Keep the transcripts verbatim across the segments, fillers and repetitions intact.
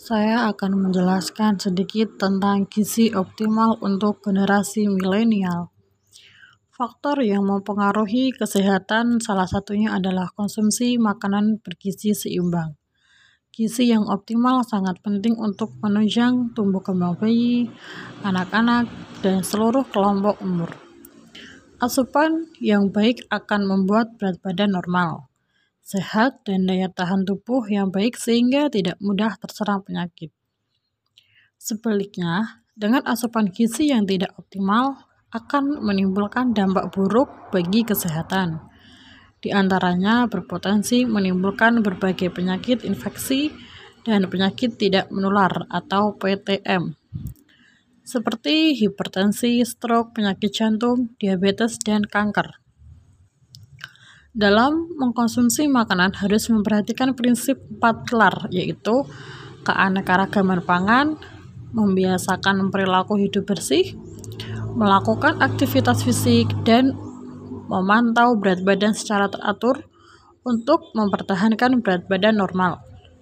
Saya akan menjelaskan sedikit tentang gizi optimal untuk generasi milenial. Faktor yang mempengaruhi kesehatan salah satunya adalah konsumsi makanan bergizi seimbang. Gizi yang optimal sangat penting untuk menunjang tumbuh kembang bayi, anak-anak, dan seluruh kelompok umur. Asupan yang baik akan membuat berat badan normal, sehat, dan daya tahan tubuh yang baik sehingga tidak mudah terserang penyakit. Sebaliknya, dengan asupan gizi yang tidak optimal akan menimbulkan dampak buruk bagi kesehatan. Di antaranya berpotensi menimbulkan berbagai penyakit infeksi dan penyakit tidak menular atau P T M, seperti hipertensi, stroke, penyakit jantung, diabetes, dan kanker. Dalam mengkonsumsi makanan harus memperhatikan prinsip empat pilar, yaitu keanekaragaman pangan, membiasakan perilaku hidup bersih, melakukan aktivitas fisik, dan memantau berat badan secara teratur untuk mempertahankan berat badan normal.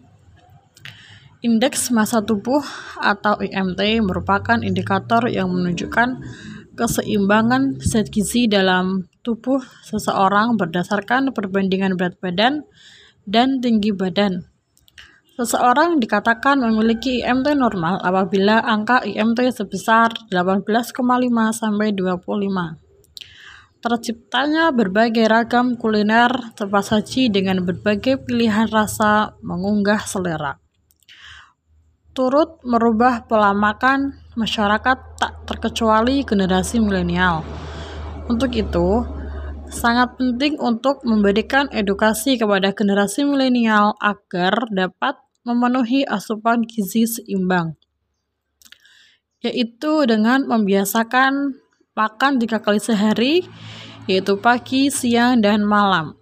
Indeks massa tubuh atau I M T merupakan indikator yang menunjukkan keseimbangan zat gizi dalam tubuh seseorang berdasarkan perbandingan berat badan dan tinggi badan. Seseorang dikatakan memiliki I M T normal apabila angka I M T sebesar delapan belas koma lima sampai dua puluh lima. Terciptanya berbagai ragam kuliner cepat saji dengan berbagai pilihan rasa mengunggah selera, turut merubah pola makan masyarakat tak terkecuali generasi milenial. Untuk itu, sangat penting untuk memberikan edukasi kepada generasi milenial agar dapat memenuhi asupan gizi seimbang, yaitu dengan membiasakan makan tiga kali sehari, yaitu pagi, siang, dan malam.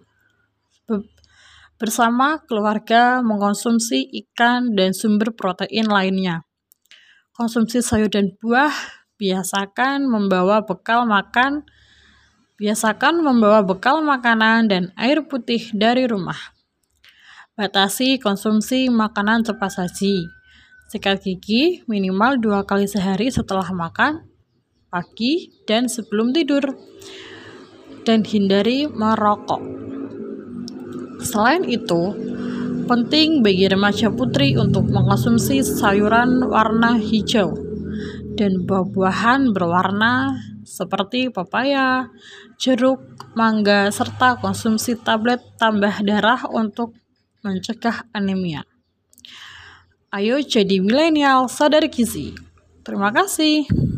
Bersama keluarga mengkonsumsi ikan dan sumber protein lainnya. Konsumsi sayur dan buah, biasakan membawa bekal makan, biasakan membawa bekal makanan dan air putih dari rumah. Batasi konsumsi makanan cepat saji. Sikat gigi minimal dua kali sehari setelah makan, pagi, dan sebelum tidur, dan hindari merokok. Selain itu, penting bagi remaja putri untuk mengkonsumsi sayuran warna hijau dan buah-buahan berwarna seperti pepaya, jeruk, mangga, serta konsumsi tablet tambah darah untuk mencegah anemia. Ayo jadi milenial sadar gizi. Terima kasih.